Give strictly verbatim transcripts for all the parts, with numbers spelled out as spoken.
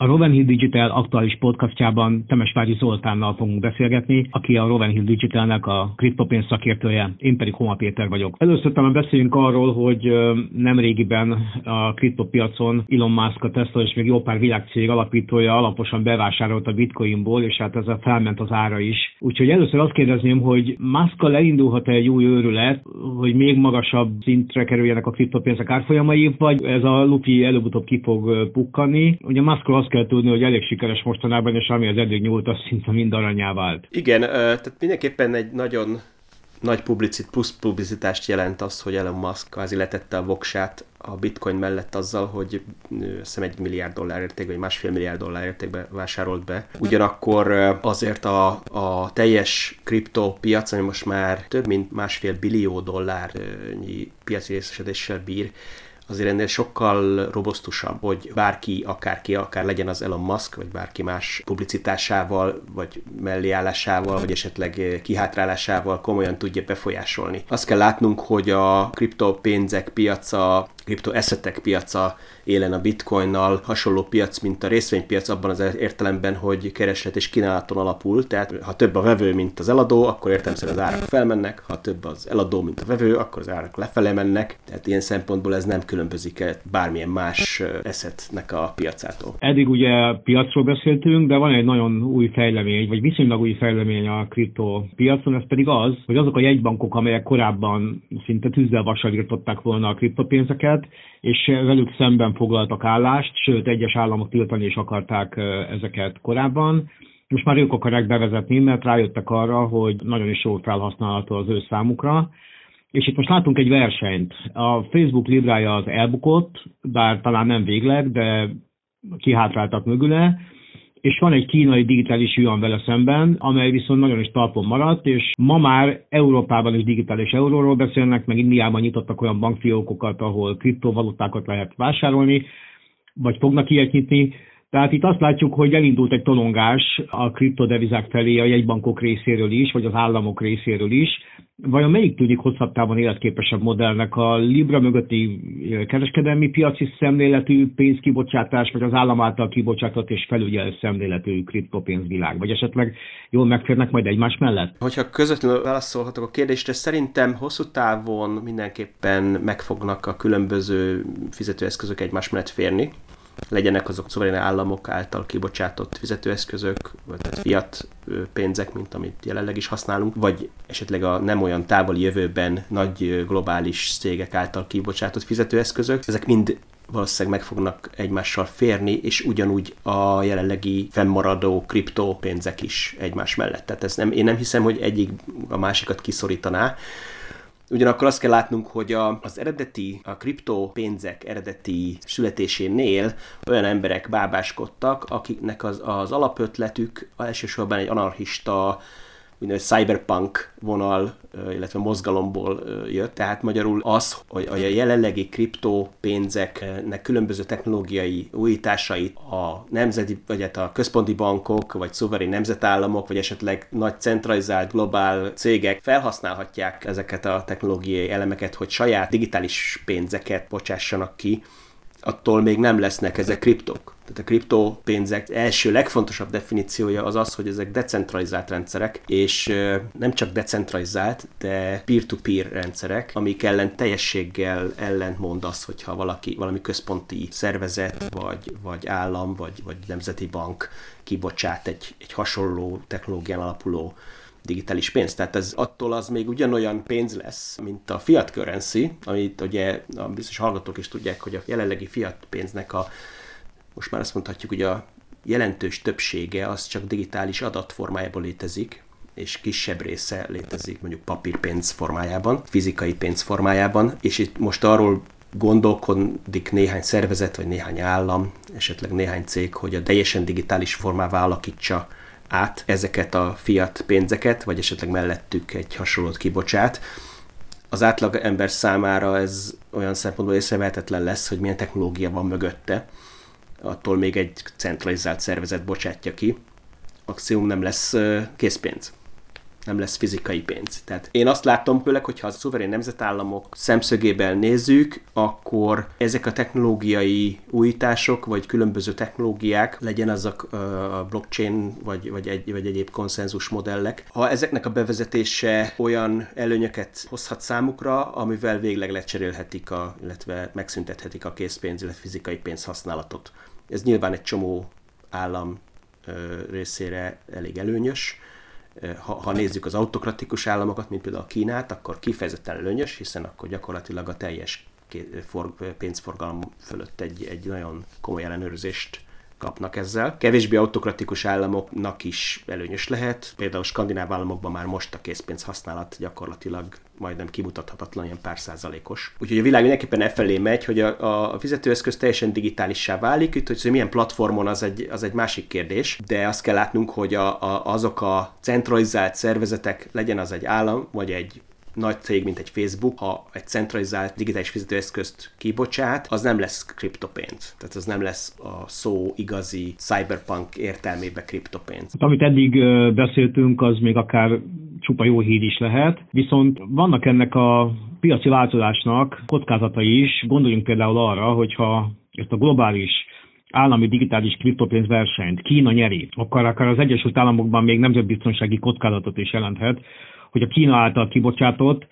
A Rowan Hill Digital aktuális podcastjában Temesvári Zoltánnal fogunk beszélgetni, aki a Rowan Hill Digitalnek a kriptopénz szakértője, én pedig Homa Péter vagyok. Először talán beszéljünk arról, hogy nemrégiben a kriptopiacon Elon Musk, a Tesla és még jó pár világcég alapítója alaposan bevásárolt a bitcoinból, és hát ezzel felment az ára is. Úgyhogy először azt kérdezném, hogy Muskkal elindulhat-e egy új őrület, hogy még magasabb szintre kerüljenek a kriptopénzek árfolyamai, vagy ez a lufi előbb-utóbb ki fog pukkanni. Ugye Muskról azt kell tudni, hogy elég sikeres mostanában, és ami az eddig nyúlt, az szinte mind aranyá vált. Igen, tehát mindenképpen egy nagyon nagy publicit, plusz publicitást jelent az, hogy Elon Musk kvázi letette a voksát a bitcoin mellett azzal, hogy azt hiszem egy milliárd dollár értékben, vagy másfél milliárd dollár értékben vásárolt be. Ugyanakkor azért a, a teljes kriptopiac, ami most már több mint másfél billió dollárnyi piaci részesedéssel bír, azért ennél sokkal robusztusabb, hogy bárki, akárki, akár legyen az Elon Musk, vagy bárki más publicitásával, vagy melléállásával, vagy esetleg kihátrálásával komolyan tudja befolyásolni. Azt kell látnunk, hogy a kriptopénzek piaca, kriptoeszetek piaca élen a bitcoinnal hasonló piac, mint a részvénypiac abban az értelemben, hogy kereslet és kínálaton alapul, tehát ha több a vevő, mint az eladó, akkor értelemszerűen az árak felmennek, ha több az eladó, mint a vevő, akkor az árak lefele mennek, tehát ilyen szempontból ez nem különbözik bármilyen más eszetnek a piacától. Eddig ugye piacról beszéltünk, de van egy nagyon új fejlemény, vagy viszonylag új fejlemény a kriptopiacon, ez pedig az, hogy azok a jegybankok, amelyek korábban szinte tűzzel vassal irtották volna a kriptopénzeket, és velük szemben foglaltak állást, sőt, egyes államok tiltani is akarták ezeket korábban. Most már ők akarják bevezetni, mert rájöttek arra, hogy nagyon is jól felhasználható az ő számukra. És itt most látunk egy versenyt. A Facebook librája az elbukott, bár talán nem végleg, de kihátráltak mögüle, és van egy kínai digitális yuan vele szemben, amely viszont nagyon is talpon maradt, és ma már Európában is digitális euróról beszélnek, meg Indiában nyitottak olyan bankfiókokat, ahol kriptovalutákat lehet vásárolni, vagy fognak ilyet nyitni. Tehát itt azt látjuk, hogy elindult egy tolongás a kriptodevizák felé a jegybankok részéről is, vagy az államok részéről is. Vajon melyik tűnik hosszabb távon életképesebb modellnek, a Libra mögötti kereskedelmi piaci szemléletű pénzkibocsátás, vagy az állam által kibocsátott és felügyelt szemléletű kriptopénzvilág? Vagy esetleg jól megférnek majd egymás mellett? Hogyha közvetlenül válaszolhatok a kérdésre, szerintem hosszú távon mindenképpen megfognak a különböző fizetőeszközök egymás mellett férni. Legyenek azok szuverén államok által kibocsátott fizetőeszközök, vagy fiat pénzek, mint amit jelenleg is használunk, vagy esetleg a nem olyan távoli jövőben nagy globális cégek által kibocsátott fizetőeszközök. Ezek mind valószínűleg meg fognak egymással férni, és ugyanúgy a jelenlegi fennmaradó kriptopénzek is egymás mellett. Tehát ez nem, én nem hiszem, hogy egyik a másikat kiszorítaná. Ugyanakkor azt kell látnunk, hogy a, az eredeti, a kriptopénzek eredeti születésénél olyan emberek bábáskodtak, akiknek az, az alapötletük elsősorban egy anarchista, úgynevezett cyberpunk vonal, illetve mozgalomból jött. Tehát magyarul az, hogy a jelenlegi kriptopénzeknek különböző technológiai újításait a nemzeti, vagy hát a központi bankok, vagy szuverén nemzetállamok, vagy esetleg nagy centralizált globál cégek felhasználhatják ezeket a technológiai elemeket, hogy saját digitális pénzeket bocsássanak ki, attól még nem lesznek ezek kriptok. Tehát a kriptopénzek első legfontosabb definíciója az az, hogy ezek decentralizált rendszerek, és nem csak decentralizált, de peer-to-peer rendszerek, amik ellen teljességgel ellentmond az, hogyha valaki, valami központi szervezet, vagy, vagy állam, vagy, vagy nemzeti bank kibocsát egy, egy hasonló technológián alapuló digitális pénz. Tehát ez attól az még ugyanolyan pénz lesz, mint a fiat currency, amit ugye a biztos hallgatók is tudják, hogy a jelenlegi fiat pénznek a, most már azt mondhatjuk, hogy a jelentős többsége az csak digitális adat formájában létezik, és kisebb része létezik mondjuk papírpénz formájában, fizikai pénz formájában, és itt most arról gondolkodik néhány szervezet, vagy néhány állam, esetleg néhány cég, hogy a teljesen digitális formává alakítsa át ezeket a fiat pénzeket, vagy esetleg mellettük egy hasonlót kibocsát. Az átlag ember számára ez olyan szempontból észrevehetetlen lesz, hogy milyen technológia van mögötte. Attól még egy centralizált szervezet bocsátja ki. Maximum nem lesz készpénz. nem lesz fizikai pénz. Tehát én azt látom főleg, hogyha a szuverén nemzetállamok szemszögében nézzük, akkor ezek a technológiai újítások, vagy különböző technológiák, legyen azok a blockchain, vagy, vagy, egy, vagy egyéb konszenzus modellek, ha ezeknek a bevezetése olyan előnyöket hozhat számukra, amivel végleg lecserélhetik, a, illetve megszüntethetik a készpénz, illetve fizikai pénz használatot. Ez nyilván egy csomó állam ö, részére elég előnyös. Ha, ha nézzük az autokratikus államokat, mint például a Kínát, akkor kifejezetten előnyös, hiszen akkor gyakorlatilag a teljes pénzforgalom fölött egy, egy nagyon komoly ellenőrzést kapnak ezzel. Kevésbé autokratikus államoknak is előnyös lehet. Például skandináv államokban már most a készpénz használat gyakorlatilag majdnem kimutathatatlan, ilyen pár százalékos. Úgyhogy a világ mindenképpen e felé megy, hogy a, a fizetőeszköz teljesen digitálissá válik, itt, hogy milyen platformon az egy, az egy másik kérdés, de azt kell látnunk, hogy a, a, azok a centralizált szervezetek, legyen az egy állam, vagy egy nagy cég, mint egy Facebook, ha egy centralizált digitális fizetőeszközt kibocsát, az nem lesz kriptopénz. Tehát az nem lesz a szó igazi cyberpunk értelmében kriptopénz. Hát, amit eddig beszéltünk, az még akár csupa jó hír is lehet, viszont vannak ennek a piaci változásnak kockázatai is. Gondoljunk például arra, hogyha ezt a globális állami digitális kriptopénz versenyt Kína nyeri, akkor akár az Egyesült Államokban még nemzetbiztonsági kockázatot is jelenthet, hogy a Kína által kibocsátott,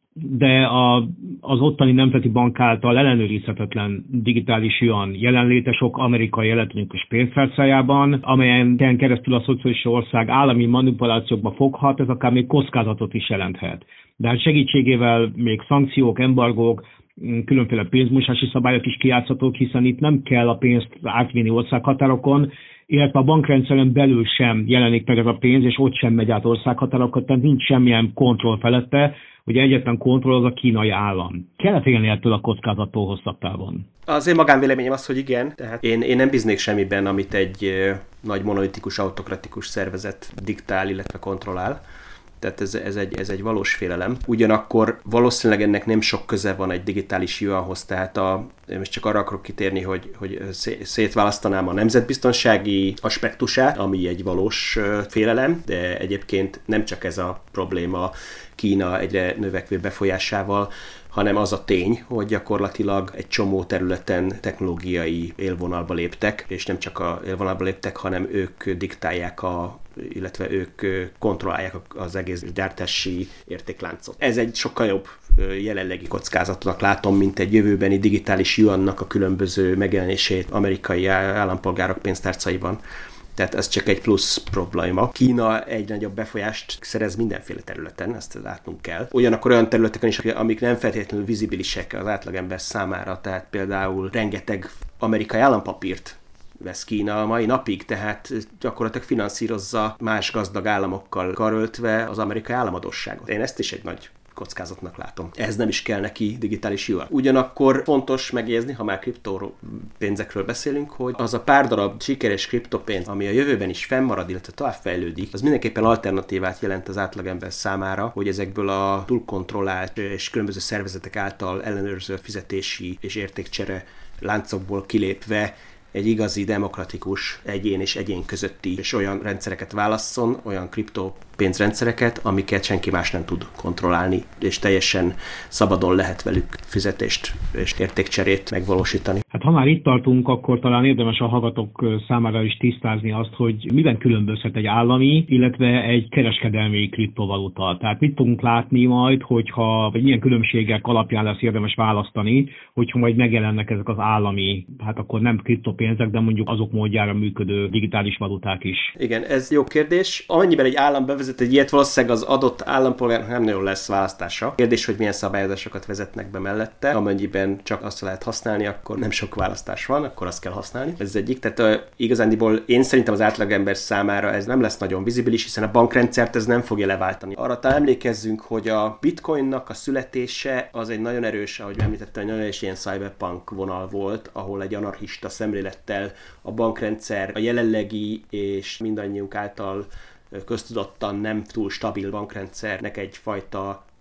de a, az ottani nemzeti bank által ellenőrizhetetlen digitális yuan jelenléte sok amerikai elektronikus pénztárcájában, amelyen keresztül a szocialista ország állami manipulációkba foghat, ez akár még kockázatot is jelenthet. De hát segítségével még szankciók, embargók, különféle pénzmosási szabályok is kijátszhatók, hiszen itt nem kell a pénzt átvinni országhatárokon, illetve a bankrendszeren belül sem jelenik meg ez a pénz, és ott sem megy át országhatárokat, tehát nincs semmilyen kontroll felette, hogy egyetlen kontroll az a kínai állam. Kell félni ettől a kockázattól hosszabb távon? Az én magánvéleményem az, hogy igen. Tehát én, én nem bíznék semmiben, amit egy nagy monolitikus, autokratikus szervezet diktál, illetve kontrollál. Tehát ez, ez, egy, ez egy valós félelem. Ugyanakkor valószínűleg ennek nem sok köze van egy digitális yuanhoz, tehát a, én most csak arra akarok kitérni, hogy, hogy szétválasztanám a nemzetbiztonsági aspektusát, ami egy valós félelem, de egyébként nem csak ez a probléma Kína egyre növekvő befolyásával, hanem az a tény, hogy gyakorlatilag egy csomó területen technológiai élvonalba léptek, és nem csak a élvonalba léptek, hanem ők diktálják, a, illetve ők kontrollálják az egész gyártási értékláncot. Ez egy sokkal jobb jelenlegi kockázatnak látom, mint egy jövőbeni digitális yuannak a különböző megjelenését amerikai állampolgárok pénztárcaiban. Tehát ez csak egy plusz probléma. Kína egy nagyobb befolyást szerez mindenféle területen, ezt látnunk kell. Ugyanakkor olyan területeken is, amik nem feltétlenül vizibilisek az átlagember számára, tehát például rengeteg amerikai állampapírt vesz Kína a mai napig, tehát gyakorlatilag finanszírozza más gazdag államokkal karöltve az amerikai államadósságot. Én ezt is egy nagy kockázatnak látom. Ez nem is kell neki digitális yuan. Ugyanakkor fontos megjegyezni, ha már kriptopénzekről beszélünk, hogy az a pár darab sikeres kriptopénz, ami a jövőben is fennmarad, illetve továbbfejlődik, az mindenképpen alternatívát jelent az átlagember számára, hogy ezekből a túlkontrollált és különböző szervezetek által ellenőrző fizetési és értékcsere láncokból kilépve egy igazi demokratikus egyén és egyén közötti és olyan rendszereket válasszon, olyan kriptopénzrendszereket, amiket senki más nem tud kontrollálni, és teljesen szabadon lehet velük fizetést és értékcserét megvalósítani. Hát ha már itt tartunk, akkor talán érdemes a hallgatók számára is tisztázni azt, hogy miben különbözhet egy állami, illetve egy kereskedelmi kriptovaluta. Tehát mit fogunk látni majd, hogyha, vagy milyen különbségek alapján lesz érdemes választani, hogyha majd megjelennek ezek az állami, hát akkor nem kriptopénzek, de mondjuk azok módjára működő digitális valuták is. Igen, ez jó kérdés. Amennyiben egy állam bevezet egy ilyet, valószínűleg az adott állampolgárnak nem nagyon lesz választása. Kérdés, hogy milyen szabályozásokat vezetnek be mellette. Amennyiben csak azt lehet használni, akkor nem sok választás van, akkor azt kell használni. Ez egyik. Tehát uh, igazándiból én szerintem az átlagember számára ez nem lesz nagyon vizibilis, hiszen a bankrendszert ez nem fogja leváltani. Arra talán emlékezzünk, hogy a bitcoinnak a születése az egy nagyon erős, ahogy említettem, egy nagyon erős ilyen cyberpunk vonal volt, ahol egy anarchista szemlélettel a bankrendszer a jelenlegi és mindannyiunk által köztudottan nem túl stabil bankrendszernek egyfajta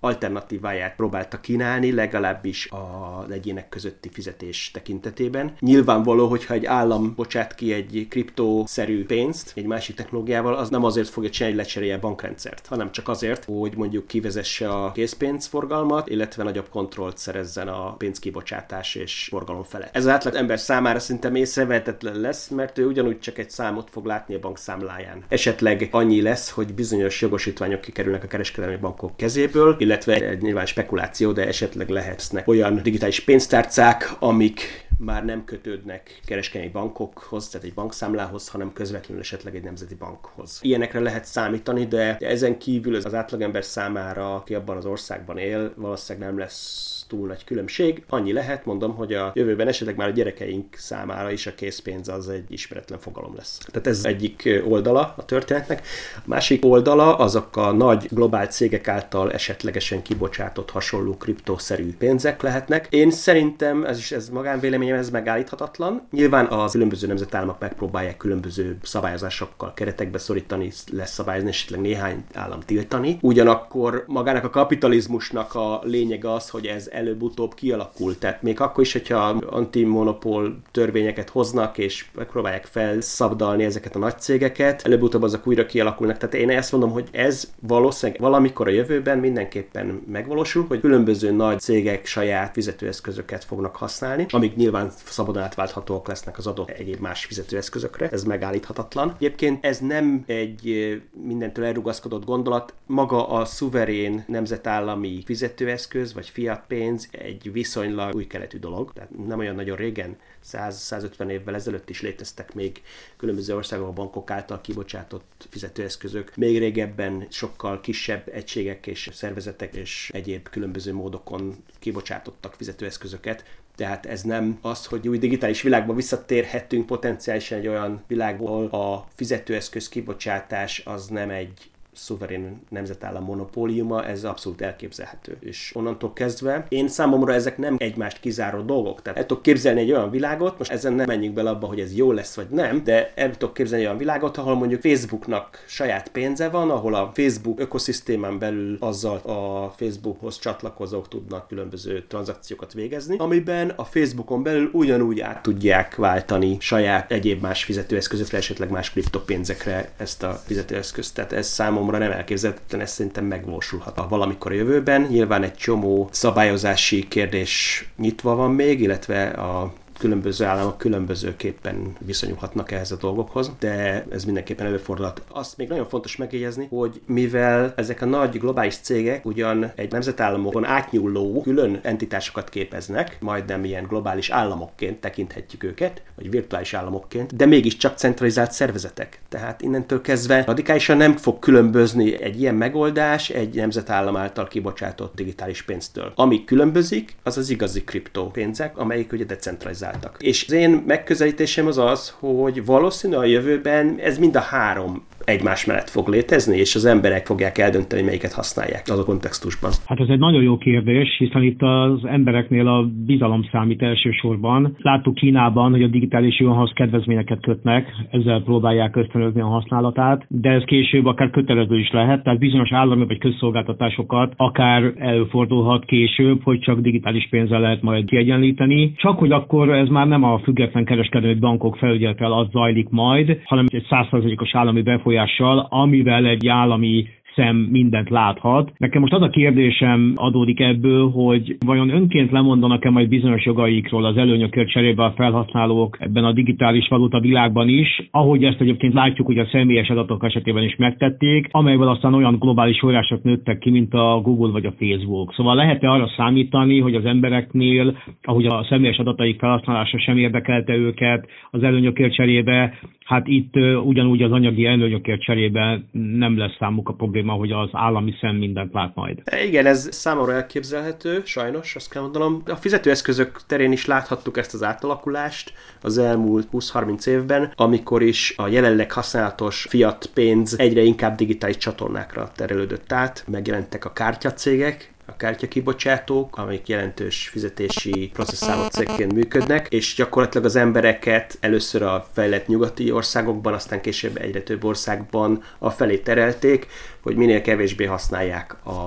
alternatíváját próbálta kínálni, legalábbis az egyének közötti fizetés tekintetében. Nyilvánvaló, hogyha egy állam bocsát ki egy kriptószerű pénzt egy másik technológiával, az nem azért fogja csinálni, hogy lecserélje a bankrendszert, hanem csak azért, hogy mondjuk kivezesse a készpénzforgalmat, illetve nagyobb kontrollt szerezzen a pénzkibocsátás és forgalom felett. Ez az átlag ember számára szinte észrevehetetlen lesz, mert ő ugyanúgy csak egy számot fog látni a bankszámláján. Esetleg annyi lesz, hogy bizonyos jogosítványok kikerülnek a kereskedelmi bankok kezéből, illetve egy nyilván spekuláció, de esetleg lehetnek olyan digitális pénztárcák, amik már nem kötődnek kereskedelmi bankokhoz, tehát egy bankszámlához, hanem közvetlenül esetleg egy nemzeti bankhoz. Ilyenekre lehet számítani, de ezen kívül az átlagember számára, aki abban az országban él, valószínűleg nem lesz túl nagy különbség. Annyi lehet, mondom, hogy a jövőben esetleg már a gyerekeink számára is a készpénz az egy ismeretlen fogalom lesz. Tehát ez egyik oldala a történetnek. A másik oldala azok a nagy globális cégek által esetlegesen kibocsátott hasonló kriptószerű pénzek lehetnek. Én szerintem, ez is ez magánvéleményem, ez megállíthatatlan. Nyilván az különböző nemzetállamok megpróbálják különböző szabályozásokkal keretekbe szorítani, leszabályozni, esetleg néhány állam tiltani. Ugyanakkor magának a kapitalizmusnak a lényeg az, hogy ez előbb-utóbb kialakul. Tehát még akkor is, hogyha antimonopól törvényeket hoznak, és megpróbálják felszabdalni ezeket a nagy cégeket, előbb-utóbb azok újra kialakulnak. Tehát én ezt mondom, hogy ez valószínűleg valamikor a jövőben mindenképpen megvalósul, hogy különböző nagy cégek saját fizetőeszközöket fognak használni, amik nyilván szabadon átválthatóak lesznek az adott egyéb más fizetőeszközökre. Ez megállíthatatlan. Egyébként ez nem egy mindentől elrugaszkodott gondolat. Maga a szuverén nemzetállami fizetőeszköz, vagy fiat pénz egy viszonylag új keletű dolog. Tehát nem olyan nagyon régen, száz-százötven évvel ezelőtt is léteztek még különböző országok, a bankok által kibocsátott fizetőeszközök. Még régebben sokkal kisebb egységek és szervezetek és egyéb különböző módokon kibocsátottak fizetőeszközöket. Tehát ez nem az, hogy új digitális világba visszatérhetünk potenciálisan egy olyan világból, a fizetőeszköz kibocsátás az nem egy szuverén nemzetállam monopóliuma, ez abszolút elképzelhető. És onnantól kezdve én számomra ezek nem egymást kizáró dolgok. Tehát el tudok képzelni egy olyan világot, most ezen nem menjünk bele abba, hogy ez jó lesz vagy nem, de el tudok képzelni olyan világot, ahol mondjuk Facebooknak saját pénze van, ahol a Facebook ökoszisztémán belül azzal a Facebookhoz csatlakozók tudnak különböző tranzakciókat végezni, amiben a Facebookon belül ugyanúgy át tudják váltani saját egyéb más fizetőeszközökre, esetleg más kriptopénzekre ezt a fizetőeszközt. Tehát ez számomra nem elképzelhetetlen, ez szerintem megvalósulhat a valamikor a jövőben. Nyilván egy csomó szabályozási kérdés nyitva van még, illetve a különböző államok különbözőképpen viszonyulhatnak ehhez a dolgokhoz, de ez mindenképpen előfordulhat. Azt még nagyon fontos megjegyezni, hogy mivel ezek a nagy globális cégek ugyan egy nemzetállamokon átnyúló külön entitásokat képeznek, majdnem ilyen globális államokként tekinthetjük őket, vagy virtuális államokként, de mégiscsak centralizált szervezetek. Tehát innentől kezdve radikálisan nem fog különbözni egy ilyen megoldás egy nemzetállam által kibocsátott digitális pénztől. Ami különbözik, az az igazi kriptópénzek, amelyik ugye decentralizált. És az én megközelítésem az az, hogy valószínűleg a jövőben ez mind a három egymás mellett fog létezni, és az emberek fogják eldönteni, melyiket használják az a kontextusban. Hát ez egy nagyon jó kérdés, hiszen itt az embereknél a bizalom számít elsősorban. Láttuk Kínában, hogy a digitális juanhoz kedvezményeket kötnek, ezzel próbálják ösztönözni a használatát, de ez később akár kötelező is lehet, tehát bizonyos állami vagy közszolgáltatásokat akár előfordulhat később, hogy csak digitális pénzzel lehet majd kiegyenlíteni. Csak hogy akkor ez már nem a független kereskedelmi bankok felügyeletével az zajlik majd, hanem egy száz százalékos állami befolyással, amivel egy állami szem mindent láthat. Nekem most az a kérdésem adódik ebből, hogy vajon önként lemondanak-e majd bizonyos jogaikról az előnyökért cserébe a felhasználók ebben a digitális valuta világban is, ahogy ezt egyébként látjuk, hogy a személyes adatok esetében is megtették, amelyben aztán olyan globális források nőttek ki, mint a Google vagy a Facebook. Szóval lehet-e arra számítani, hogy az embereknél, ahogy a személyes adataik felhasználása sem érdekelte őket az előnyökért cserébe, hát itt uh, ugyanúgy az anyagi előnyökért cserébe nem lesz számuk a probléma, hogy az állami szem mindent lát majd. Igen, ez számomra elképzelhető, sajnos, azt kell mondanom. A fizetőeszközök terén is láthattuk ezt az átalakulást az elmúlt húsz-harminc évben, amikor is a jelenleg használatos fiat pénz egyre inkább digitális csatornákra terelődött át, megjelentek a kártyacégek, a kártyakibocsátók, amik jelentős fizetési processzáló cégként működnek, és gyakorlatilag az embereket először a fejlett nyugati országokban, aztán később egyre több országban a felé terelték, hogy minél kevésbé használják a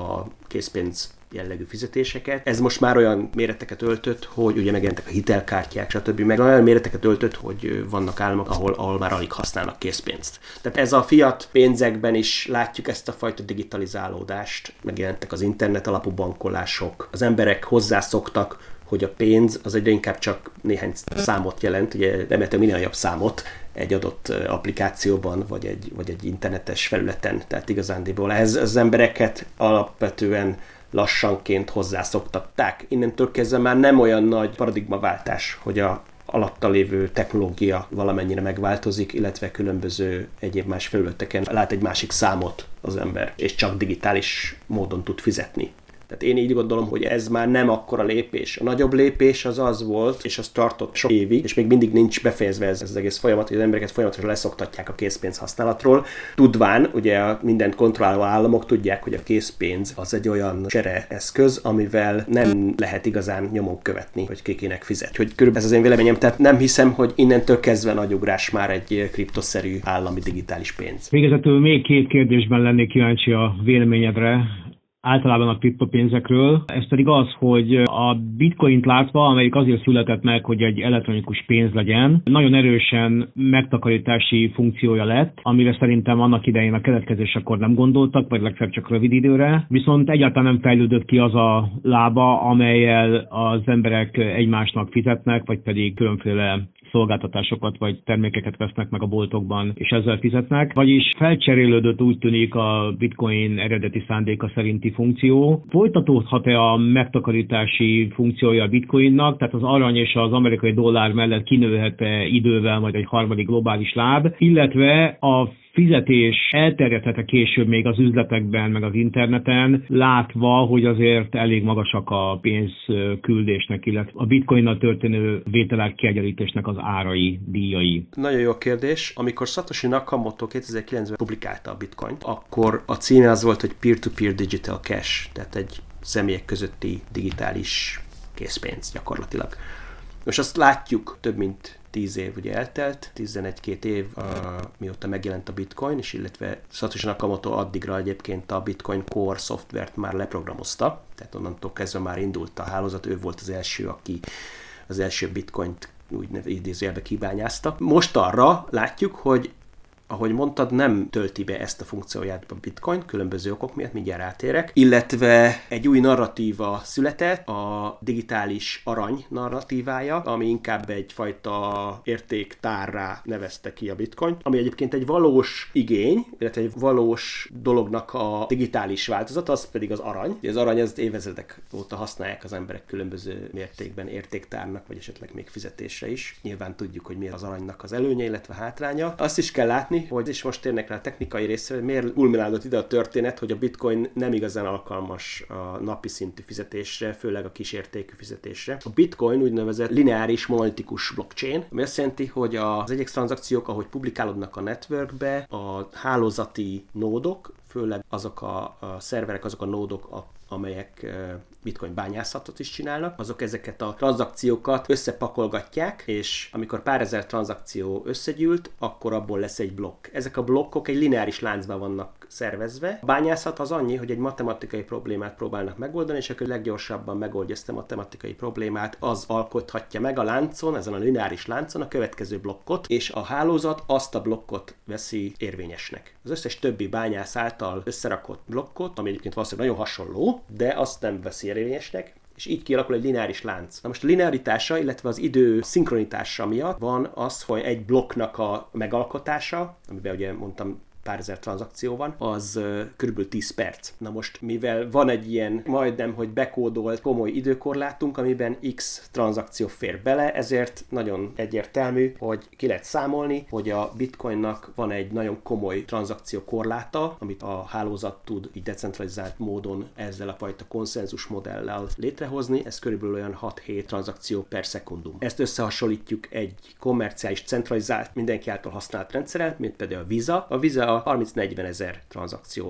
készpénz jellegű fizetéseket. Ez most már olyan méreteket öltött, hogy ugye megjelentek a hitelkártyák, stb. Meg olyan méreteket öltött, hogy vannak államok, ahol, ahol már alig használnak készpénzt. Tehát ez a fiat pénzekben is látjuk ezt a fajta digitalizálódást. Megjelentek az internet alapú bankolások. Az emberek hozzászoktak, hogy a pénz az egyre inkább csak néhány számot jelent, ugye remélhetően minél nagyobb számot egy adott applikációban, vagy egy, vagy egy internetes felületen. Tehát igazándiból ez az embereket alapvetően lassanként hozzászoktatták. Innentől kezdve már nem olyan nagy paradigmaváltás, hogy a alatta lévő technológia valamennyire megváltozik, illetve különböző egyéb más felületeken lát egy másik számot az ember, és csak digitális módon tud fizetni. Tehát én így gondolom, hogy ez már nem akkora lépés. A nagyobb lépés az az volt, és az tartott sok évig, és még mindig nincs befejezve ez, ez az egész folyamat, hogy az embereket folyamatosan leszoktatják a készpénz használatról. Tudván, ugye a mindent kontrolláló államok tudják, hogy a készpénz az egy olyan csereeszköz, amivel nem lehet igazán nyomon követni, hogy ki kinek fizet. Hogy körülbelül ez az én véleményem, tehát nem hiszem, hogy innentől kezdve nagy ugrás már egy kriptoszerű állami digitális pénz. Végezetül még két kérdésben lennék kíváncsi a véleményedre. Általában a kriptopénzekről. Ez pedig az, hogy a bitcoint látva, amelyik azért született meg, hogy egy elektronikus pénz legyen, nagyon erősen megtakarítási funkciója lett, amire szerintem annak idején a keletkezésekor nem gondoltak, vagy legfeljebb csak rövid időre. Viszont egyáltalán nem fejlődött ki az a lába, amellyel az emberek egymásnak fizetnek, vagy pedig különféle szolgáltatásokat vagy termékeket vesznek meg a boltokban, és ezzel fizetnek. Vagyis felcserélődött, úgy tűnik, a bitcoin eredeti szándéka szerinti funkció. Folytatódhat-e a megtakarítási funkciója a bitcoinnak, tehát az arany és az amerikai dollár mellett kinőhet-e idővel majd egy harmadik globális láb, illetve a fizetés elterjedhet-e később még az üzletekben, meg az interneten, látva, hogy azért elég magasak a pénzküldésnek, illetve a bitcoinnal történő vételár kiegyenlítésnek az árai, díjai. Nagyon jó kérdés. Amikor Satoshi Nakamoto kétezer-kilencben publikálta a bitcoint, akkor a címe az volt, hogy peer-to-peer digital cash, tehát egy személyek közötti digitális készpénz gyakorlatilag. Most azt látjuk, több mint tíz év ugye eltelt, tizenegy-két év, uh, mióta megjelent a bitcoin, és illetve Satoshi Nakamoto addigra egyébként a Bitcoin Core szoftvert már leprogramozta, tehát onnantól kezdve már indult a hálózat, ő volt az első, aki az első bitcoint úgy idézőjelbe kibányázta. Most arra látjuk, hogy ahogy mondtad, nem tölti be ezt a funkcióját a bitcoin, különböző okok miatt, mindjárt rátérek, illetve egy új narratíva született, a digitális arany narratívája, ami inkább egyfajta értéktárrá nevezte ki a bitcoin, ami egyébként egy valós igény, illetve egy valós dolognak a digitális változata, az pedig az arany. Az arany az évezredek óta használják az emberek különböző mértékben értéktárnak, vagy esetleg még fizetésre is. Nyilván tudjuk, hogy mi az aranynak az előnye, illetve hátránya. Azt is kell látni, hogy és most térnek rá a technikai részre, hogy miért ulminálódott ide a történet, hogy a bitcoin nem igazán alkalmas a napi szintű fizetésre, főleg a kisértékű fizetésre. A bitcoin úgynevezett lineáris monolitikus blockchain, ami azt jelenti, hogy az egyes tranzakciók, ahogy publikálódnak a networkbe, a hálózati nódok, főleg azok a, a szerverek, azok a nódok, a, amelyek bitcoin bányászatot is csinálnak, azok ezeket a tranzakciókat összepakolgatják, és amikor pár ezer tranzakció összegyűlt, akkor abból lesz egy blokk. Ezek a blokkok egy lineáris láncban vannak szervezve. A bányászat az annyi, hogy egy matematikai problémát próbálnak megoldani, és akkor leggyorsabban megoldja ezt a matematikai problémát, az alkothatja meg a láncon, ezen a lineáris láncon a következő blokkot, és a hálózat azt a blokkot veszi érvényesnek. Az összes többi bányász által összerakott blokkot, ami egyébként valószínűleg nagyon hasonló, de azt nem veszi érvényesnek, és így kialakul egy lineáris lánc. Na most a linearitása, illetve az idő szinkronitása miatt van az, hogy egy blokknak a megalkotása, amiben ugye mondtam, pár ezer tranzakció van, az körülbelül tíz perc. Na most, mivel van egy ilyen majdnem, hogy bekódolt komoly időkorlátunk, amiben X tranzakció fér bele, ezért nagyon egyértelmű, hogy ki lehet számolni, hogy a bitcoinnak van egy nagyon komoly tranzakció korláta, amit a hálózat tud így decentralizált módon ezzel a fajta konszenzus modellel létrehozni, ez körülbelül olyan hat-hét tranzakció per szekundum. Ezt összehasonlítjuk egy kommerciális, centralizált, mindenki által használt rendszerrel, mint például a Visa. A Visa harminc-negyven ezer tranzakciót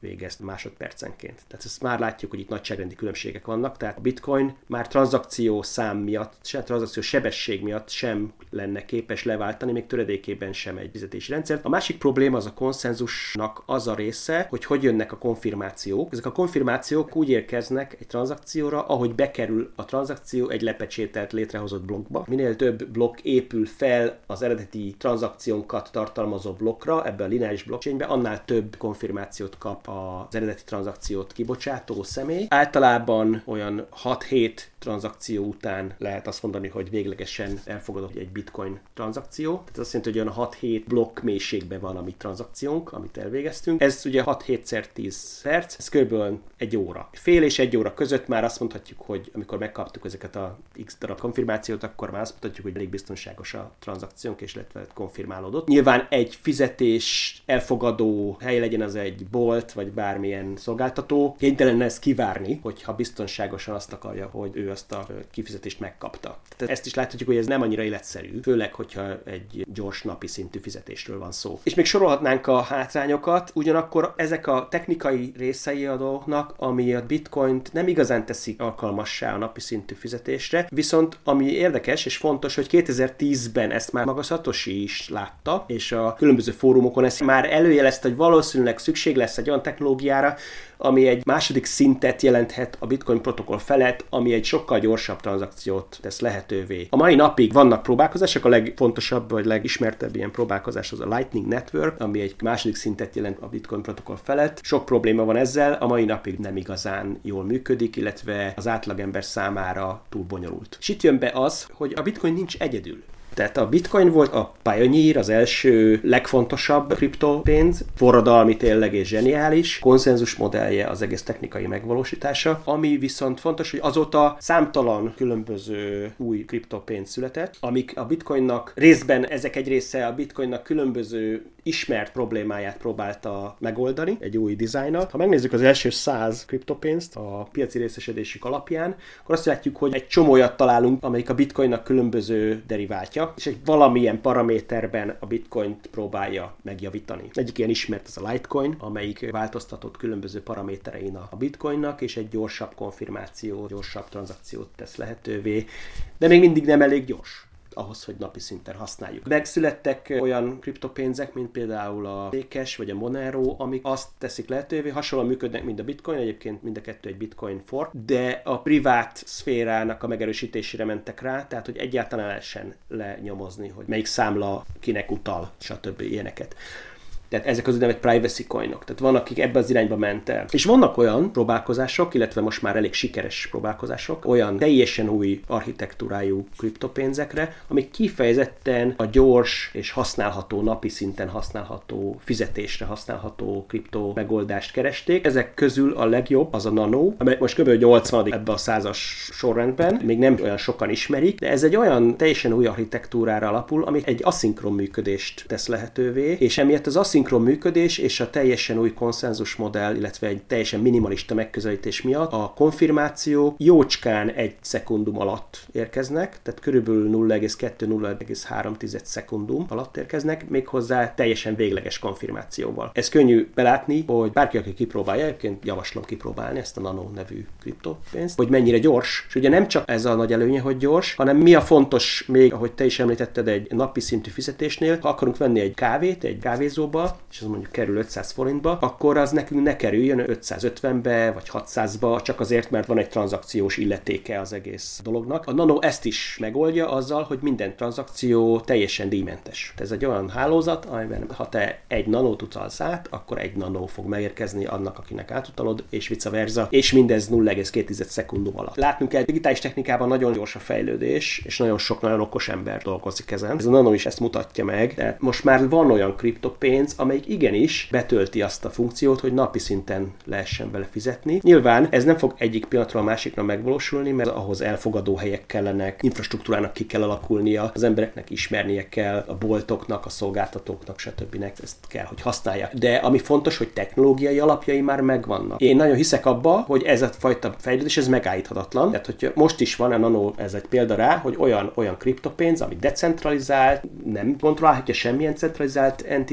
végez másodpercenként. Tehát ezt már látjuk, hogy itt nagyságrendi különbségek vannak, tehát a bitcoin már tranzakció szám miatt, se tranzakció sebesség miatt sem lenne képes leváltani, még töredékében sem egy fizetési rendszert. A másik probléma az a konszenzusnak az a része, hogy hogy jönnek a konfirmációk. Ezek a konfirmációk úgy érkeznek egy tranzakcióra, ahogy bekerül a tranzakció egy lepecsételt létrehozott blokkba. Minél több blokk épül fel az eredeti tranzakciónkat tartalmazó blokkra, ebbe a lineáris blockchainbe, annál több konfirmációt kap az eredeti tranzakciót kibocsátó személy. Általában olyan hat-hét tranzakció után lehet azt mondani, hogy véglegesen elfogadott egy bitcoin tranzakció. Tehát azt jelenti, hogy olyan hat-hét blokk mélységben van a mi tranzakciónk, amit elvégeztünk. Ez ugye hat-hét szer tíz perc, ez kb. Egy óra. Fél és egy óra között már azt mondhatjuk, hogy amikor megkaptuk ezeket a x darab konfirmációt, akkor már azt mondhatjuk, hogy elég biztonságos a tranzakciónk, és illetve konfirmálódott. Nyilván egy fizetés elfogadó hely, legyen az egy bolt, vagy bármilyen szolgáltató, kénytelen ezt kivárni, hogyha biztonságosan azt akarja, hogy ő azt a kifizetést megkapta. Tehát ezt is láthatjuk, hogy ez nem annyira életszerű, főleg, hogyha egy gyors napi szintű fizetésről van szó. És még sorolhatnánk a hátrányokat, ugyanakkor ezek a technikai részei a dolgoknak, ami a bitcoint nem igazán teszik alkalmassá a napi szintű fizetésre, viszont ami érdekes és fontos, hogy kétezer-tízben ezt már maga Satoshi is látta, és a különböző fórumokon ezt már előjelezte, hogy valószínűleg szükség lesz egy olyan technológiára, ami egy második szintet jelenthet a Bitcoin protokoll felett, ami egy sokkal gyorsabb tranzakciót tesz lehetővé. A mai napig vannak próbálkozások, a legfontosabb vagy legismertebb ilyen próbálkozás az a Lightning Network, ami egy második szintet jelent a Bitcoin protokoll felett. Sok probléma van ezzel, a mai napig nem igazán jól működik, illetve az átlagember számára túl bonyolult. És itt jön be az, hogy a Bitcoin nincs egyedül. Tehát a Bitcoin volt a pioneer, az első legfontosabb kriptopénz, forradalmi tényleg és zseniális, konszenzus modellje az egész technikai megvalósítása, ami viszont fontos, hogy azóta számtalan különböző új kriptopénz született, amik a Bitcoinnak részben, ezek egy része a Bitcoinnak különböző ismert problémáját próbálta megoldani egy új dizájnnal. Ha megnézzük az első száz kriptopénzt a piaci részesedésük alapján, akkor azt látjuk, hogy egy csomó olyat találunk, amelyik a Bitcoinnak különböző deriváltja, és egy valamilyen paraméterben a Bitcoint próbálja megjavítani. Egyik ilyen ismert az a Litecoin, amelyik változtatott különböző paraméterein a Bitcoinnak, és egy gyorsabb konfirmáció, gyorsabb tranzakciót tesz lehetővé, de még mindig nem elég gyors ahhoz, hogy napi szinten használjuk. Megszülettek olyan kriptopénzek, mint például a Zcash vagy a Monero, amik azt teszik lehetővé, hasonlóan működnek, mint a Bitcoin, egyébként mind a kettő egy Bitcoin fork, de a privát szférának a megerősítésére mentek rá, tehát hogy egyáltalán lehessen lenyomozni, hogy melyik számla kinek utal, stb. Ilyeneket. Tehát ezek az úgynevezett privacy coinok. Tehát vannak, akik ebbe az irányba ment el. És vannak olyan próbálkozások, illetve most már elég sikeres próbálkozások, olyan teljesen új architektúrájú kriptopénzekre, amik kifejezetten a gyors és használható, napi szinten használható, fizetésre használható kripto megoldást keresték. Ezek közül a legjobb az a Nano, amely most kb. nyolcvanadik ebbe a százas sorrendben, még nem olyan sokan ismerik, de ez egy olyan teljesen új architektúrára alapul, ami egy aszinkron működést tesz lehetővé, és emiatt az aszinkron működés és a teljesen új konszenzus modell, illetve egy teljesen minimalista megközelítés miatt a konfirmáció jócskán egy szekundum alatt érkeznek, tehát körülbelül nulla egész kettő nulla egész három szekundum alatt érkeznek, méghozzá teljesen végleges konfirmációval. Ez könnyű belátni, hogy bárki, aki kipróbálja, egyébként javaslom kipróbálni ezt a Nano nevű kriptopénzt, hogy mennyire gyors, és ugye nem csak ez a nagy előnye, hogy gyors, hanem mi a fontos még, ahogy te is említetted, egy napi szintű fizetésnél, ha akarunk venni egy kávét egy kávézóba, és az mondjuk kerül ötszáz forintba, akkor az nekünk ne kerüljön ötszázötvenbe vagy hatszázba, csak azért, mert van egy tranzakciós illetéke az egész dolognak. A Nano ezt is megoldja azzal, hogy minden tranzakció teljesen díjmentes. Ez egy olyan hálózat, amiben ha te egy nanót utalsz át, akkor egy nanó fog megérkezni annak, akinek átutalod, és vice versa, és mindez nulla egész két szekundum alatt. Látnunk kell, digitális technikában nagyon gyors a fejlődés, és nagyon sok nagyon okos ember dolgozik ezen. Ez a Nano is ezt mutatja meg, de most már van olyan kriptopénz, amelyik igenis betölti azt a funkciót, hogy napi szinten lehessen vele fizetni. Nyilván ez nem fog egyik pillanatról a másikra megvalósulni, mert ahhoz elfogadó helyek kellenek, infrastruktúrának ki kell alakulnia, az embereknek ismernie kell, a boltoknak, a szolgáltatóknak, stb. Ezt kell, hogy használják. De ami fontos, hogy technológiai alapjai már megvannak. Én nagyon hiszek abba, hogy ez a fajta fejlődés, ez megállíthatatlan. Tehát, hogy most is van a Nano, ez egy példa rá, hogy olyan, olyan kriptopénz, ami decentralizált, nem kontrollálhatja semmilyen centralizált entitás,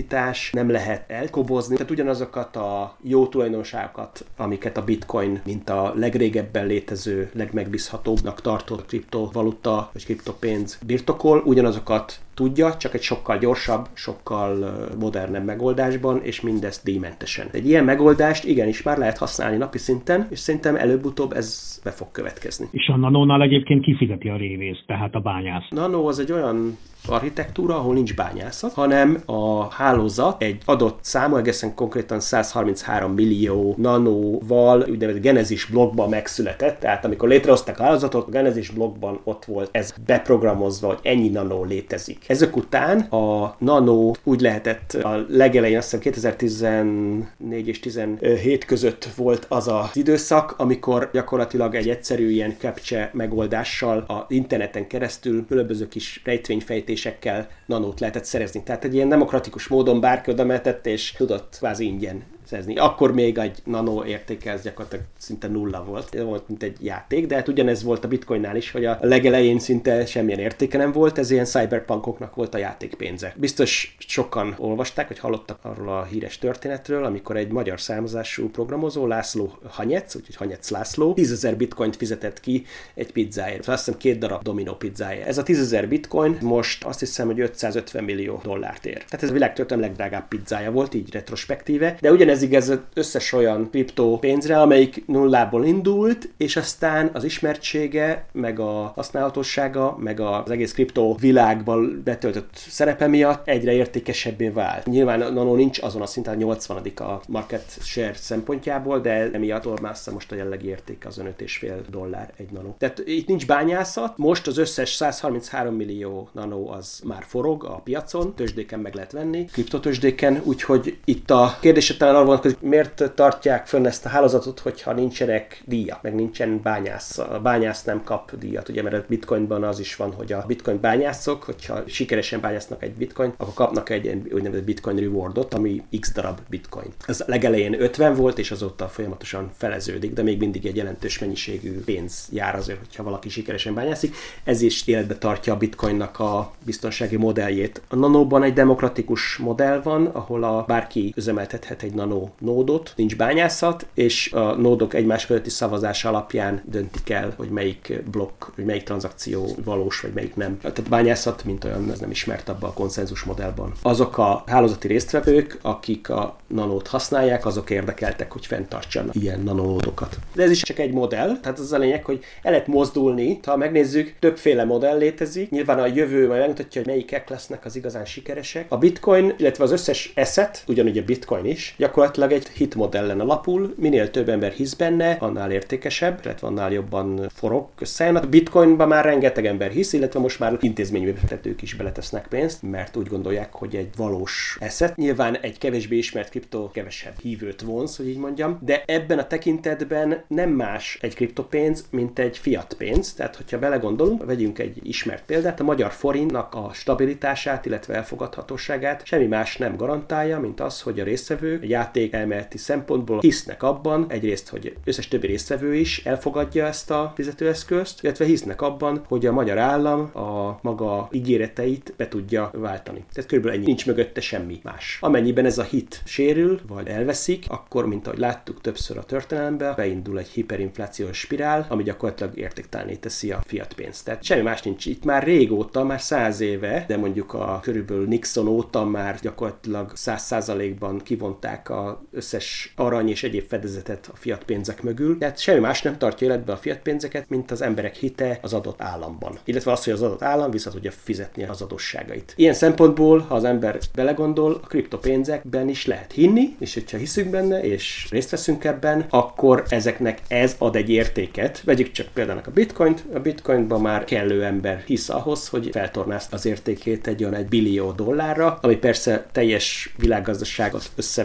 és nem lehet elkobozni. Tehát ugyanazokat a jó tulajdonságokat, amiket a bitcoin, mint a legrégebben létező, legmegbízhatóbbnak tartott kriptovaluta, vagy kriptopénz birtokol, ugyanazokat tudja, csak egy sokkal gyorsabb, sokkal modernebb megoldásban, és mindezt díjmentesen. Egy ilyen megoldást igenis már lehet használni napi szinten, és szerintem előbb-utóbb ez be fog következni. És a Nanónál egyébként kifizeti a révészt, tehát a bányász. Nano az egy olyan architektúra, ahol nincs bányászat, hanem a hálózat egy adott számú, egészen konkrétan száz harminchárom millió nanóval, úgynevezett Genesis blokkban megszületett, tehát amikor létrehozták a hálózatot, a Genesis blokkban ott volt ez beprogramozva, hogy ennyi nanó létezik. Ezek után a nano úgy lehetett a legelején, azt hiszem kétezer-tizennégy és tizenhét között volt az az időszak, amikor gyakorlatilag egy egyszerű ilyen captcha megoldással a interneten keresztül különböző kis rejtvényfejtésekkel nanót lehetett szerezni. Tehát egy ilyen demokratikus módon bárki oda mehetett és tudott kvázi ingyen szerezni. Akkor még egy nano értéke ez gyakorlatilag szinte nulla volt. Ez volt, mint egy játék, de hát ugyanez volt a bitcoinnál is, hogy a legelején szinte semmilyen értéke nem volt, ez ilyen cyberpunkoknak volt a játékpénze. Biztos sokan olvasták, vagy hallottak arról a híres történetről, amikor egy magyar származású programozó, László Hanyec, úgyhogy Hanyec László, tízezer bitcoint fizetett ki egy pizzáért. Azt hiszem két darab Domino pizzáért. Ez a tízezer bitcoin most azt hiszem, hogy ötszázötven millió dollárt ér. Tehát ez a világtörténelem legdrágább pizzája volt, így retrospektíve, de ugyanez Ez igaz az összes olyan kriptó pénzre, amelyik nullából indult, és aztán az ismertsége, meg a használhatósága, meg az egész kriptó világban betöltött szerepe miatt egyre értékesebbé vált. Nyilván a Nano nincs azon a szinten, nyolcvanadik a market share szempontjából, de emiatt ormásza most a jellegi értéke az öt egész öt dollár egy Nano. Tehát itt nincs bányászat, most az összes száz harminchárom millió Nano az már forog a piacon, tőzsdéken meg lehet venni, kriptotőzsdéken, úgyhogy itt a kérdése talán arra vonatkozik, miért tartják fönn ezt a hálózatot, hogyha nincsenek díjak, meg nincsen bányász. A bányász nem kap díjat, ugye, mert a bitcoinban az is van, hogy a bitcoin bányászok, hogyha sikeresen bányásznak egy bitcoin, akkor kapnak egy úgynevezett bitcoin rewardot, ami x darab bitcoin. Ez legelején ötven volt, és azóta folyamatosan feleződik, de még mindig egy jelentős mennyiségű pénz jár azért, hogyha valaki sikeresen bányászik. Ez is életbe tartja a bitcoinnak a biztonsági modelljét. A Nanóban egy demokratikus modell van, ahol a bárki üzemeltethet egy nano nódot, nincs bányászat, és a nódok egymás közötti szavazás alapján döntik el, hogy melyik blokk, hogy melyik tranzakció valós, vagy melyik nem. Tehát bányászat, mint olyan, ez nem ismert abban a konszenzus modellban. Azok a hálózati résztvevők, akik a nanót használják, azok érdekeltek, hogy fenntartsanak ilyen nanódokat. De ez is csak egy modell, tehát az a lényeg, hogy el lehet mozdulni. Ha megnézzük, többféle modell létezik. Nyilván a jövő majd megmutatja, hogy melyikek lesznek az igazán sikeresek. A bitcoin, illetve az összes asset, ugyanúgy a bitcoin is, gyakorlatilag egy hit modellen alapul, minél több ember hisz benne, annál értékesebb, illetve annál jobban forog összejön. A bitcoinban már rengeteg ember hisz, illetve most már intézménybefektetők is beletesznek pénzt, mert úgy gondolják, hogy egy valós asset. Nyilván egy kevésbé ismert kriptó kevesebb hívőt vonz, hogy így mondjam, de ebben a tekintetben nem más egy kriptopénz, mint egy fiat pénz. Tehát, hogyha belegondolunk, vegyünk egy ismert példát, a magyar forintnak a stabilitását, illetve elfogadhatóságát semmi más nem garantálja, mint az, hogy a résztvevők játék elméleti szempontból hisznek abban, egyrészt, hogy összes többi résztvevő is elfogadja ezt a fizetőeszközt, illetve hisznek abban, hogy a magyar állam a maga ígéreteit be tudja váltani. Tehát körülbelül ennyi, nincs mögötte semmi más. Amennyiben ez a hit sérül, vagy elveszik, akkor, mint ahogy láttuk többször a történelemben, beindul egy hiperinflációs spirál, ami gyakorlatilag értéktelenné teszi a fiat pénzt. Tehát semmi más nincs itt már régóta, már száz éve, de mondjuk a körülbelül Nixon óta már gyakorlatilag száz százalékban kivonták az összes arany és egyéb fedezetet a fiat pénzek mögül. Tehát semmi más nem tartja életbe a fiat pénzeket, mint az emberek hite az adott államban. Illetve az, hogy az adott állam vissza tudja fizetni az adósságait. Ilyen szempontból, ha az ember belegondol, a kriptopénzekben is lehet hinni, és hogyha hiszünk benne, és részt veszünk ebben, akkor ezeknek ez ad egy értéket. Vegyük csak például a bitcoint. A bitcoinban már kellő ember hisz ahhoz, hogy feltornázta az értékét egy olyan egy billió dollárra, ami persze teljes világgazdaságot összevetve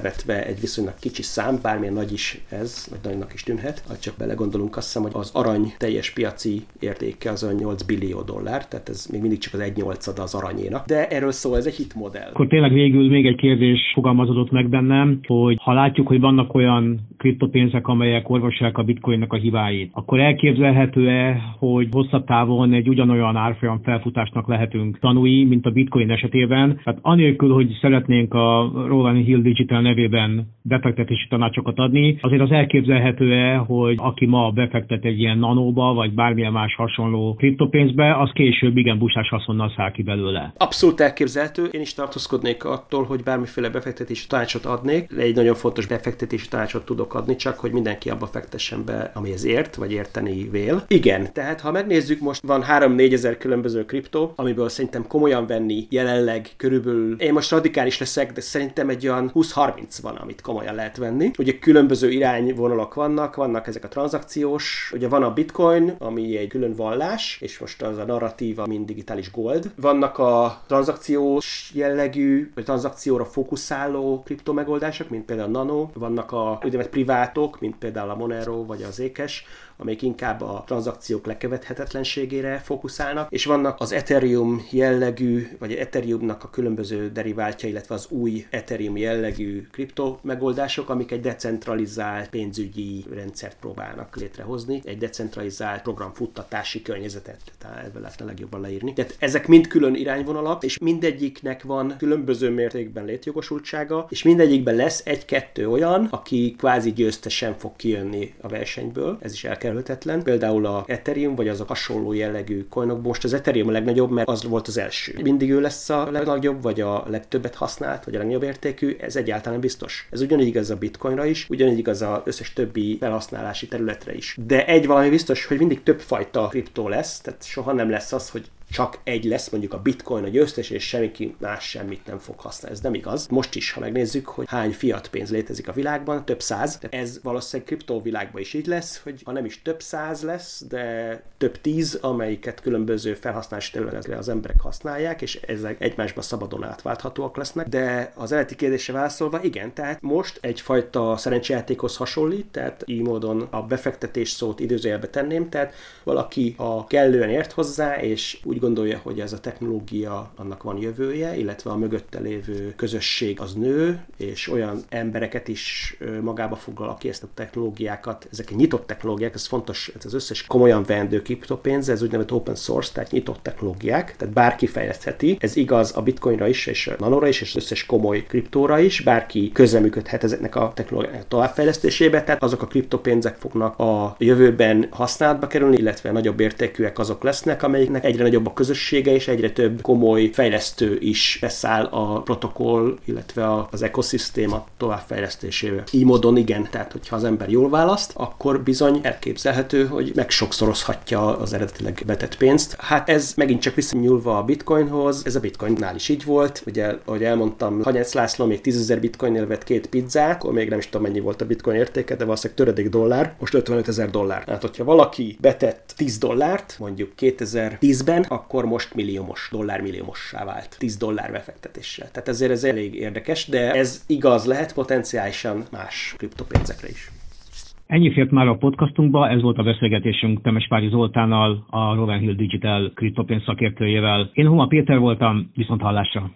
de egy viszonylag kicsi szám, bármilyen nagy is ez, vagy nagynak is tűnhet. Ha csak belegondolunk, azt hiszem, hogy az arany teljes piaci értéke az olyan nyolc billió dollár, tehát ez még mindig csak az egy nyolcada az aranyénak. De erről szól, ez egy hitmodell. Akkor tényleg végül még egy kérdés fogalmazódott meg bennem, hogy ha látjuk, hogy vannak olyan kriptopénzek, amelyek orvosolják a bitcoinnak a hibáit, akkor elképzelhető-e, hogy hosszabb távon egy ugyanolyan árfolyam felfutásnak lehetünk tanúi, mint a bitcoin esetében? Tehát anélkül, hogy szeretnénk a Rowan Hill Digital nevében befektetési tanácsokat adni, azért az elképzelhető-e, hogy aki ma befektet egy ilyen nanóba, vagy bármilyen más hasonló kriptopénzbe, az később igen busás haszonnal száll ki belőle? Abszolút elképzelhető. Én is tartózkodnék attól, hogy bármiféle befektetési tanácsot adnék. Egy nagyon fontos befektetési tanácsot tudok adni, csak hogy mindenki abba fektessen be, amihez ért, vagy érteni vél. Igen, tehát ha megnézzük, most van három-négy ezer különböző kriptó, amiből szerintem komolyan venni jelenleg körülbelül, én most radikális leszek, de szerintem egy olyan húsz-harminc van, amit komolyan lehet venni. Ugye különböző irányvonalak vannak, vannak ezek a tranzakciós, ugye van a bitcoin, ami egy külön vallás, és most az a narratíva, mint digitális gold. Vannak a tranzakciós jellegű, vagy tranzakcióra fókuszáló kriptomegoldások, mint például a Nano, vannak a úgynevezett privátok, mint például a Monero vagy az Zcash, amelyek inkább a tranzakciók lekövethetetlenségére fókuszálnak, és vannak az Ethereum jellegű, vagy Ethereumnak a különböző deriváltja, illetve az új Ethereum jellegű kripto megoldások, amik egy decentralizált pénzügyi rendszert próbálnak létrehozni, egy decentralizált programfuttatási környezetet, tehát ebben lehetne legjobban leírni. Tehát ezek mind külön irányvonalak, és mindegyiknek van különböző mértékben létjogosultsága, és mindegyikben lesz egy-kettő olyan, aki kvázi győztesen fog kijönni a versenyből, ez is elkerülhetetlen. Például a Ethereum, vagy az a hasonló jellegű coinok. Most az Ethereum a legnagyobb, mert az volt az első. Mindig ő lesz a legnagyobb, vagy a legtöbbet használt, vagy a legnagyobb értékű, ez egyáltalán biztos. Ez ugyanígy igaz a Bitcoinra is, ugyanígy igaz az összes többi felhasználási területre is. De egy valami biztos, hogy mindig több fajta kriptó lesz, tehát soha nem lesz az, hogy csak egy lesz mondjuk a bitcoin a győztes, és senki más semmit nem fog használni. Ez nem igaz. Most is, ha megnézzük, hogy hány fiat pénz létezik a világban, több száz. Tehát ez valószínűleg kriptovilágban is így lesz, hogy ha nem is több száz lesz, de több tíz, amelyiket különböző felhasználási területekre az emberek használják, és ezek egymásba szabadon átválthatóak lesznek. De az eredeti kérdésre válaszolva, igen, tehát most egyfajta szerencsejátékhoz hasonlít, tehát így módon a befektetés szót időzőjelbe tenném, tehát valaki, ha kellően ért hozzá, és úgy gondolja, hogy ez a technológia, annak van jövője, illetve a mögötte lévő közösség az nő, és olyan embereket is magába foglal, aki ezt a technológiákat, ezek nyitott technológiák, ez fontos, ez az összes komolyan vendő kriptopénz, ez úgynevezett open source, tehát nyitott technológiák, tehát bárki fejlesztheti. Ez igaz a bitcoinra is, és a nanóra is, és az összes komoly kriptóra is, bárki közreműködhet ezeknek a technológiáknak továbbfejlesztésébe, tehát azok a kriptopénzek fognak a jövőben használatba kerülni, illetve nagyobb értékűek azok lesznek, amelyiknek egyre nagyobb a közössége, és egyre több komoly fejlesztő is beszáll a protokoll, illetve az ekoszisztéma továbbfejlesztésébe. Így módon igen, tehát hogyha az ember jól választ, akkor bizony elképzelhető, hogy megsokszorozhatja az eredetileg vetett pénzt. Hát ez megint csak visszanyúlva a bitcoinhoz, ez a bitcoinnál is így volt. Ugye, ahogy elmondtam, Hanyec László még tízezer bitcoinnél vett két pizzát, akkor még nem is tudom mennyi volt a bitcoin értéke, de valószínűleg töredék dollár, most ötvenötezer dollár. Hát, hogyha valaki betett tíz dollárt, mondjuk kétezer-tízben, akkor most milliómos, dollármilliómossá vált tíz dollár befektetéssel. Tehát ezért ez elég érdekes, de ez igaz lehet potenciálisan más kriptopénzekre is. Ennyi fért már a podcastunkba, ez volt a beszélgetésünk Temespári Zoltánnal, a Rowan Hill Digital kriptopénz szakértőjével. Én Homa Péter voltam, viszont hallásra.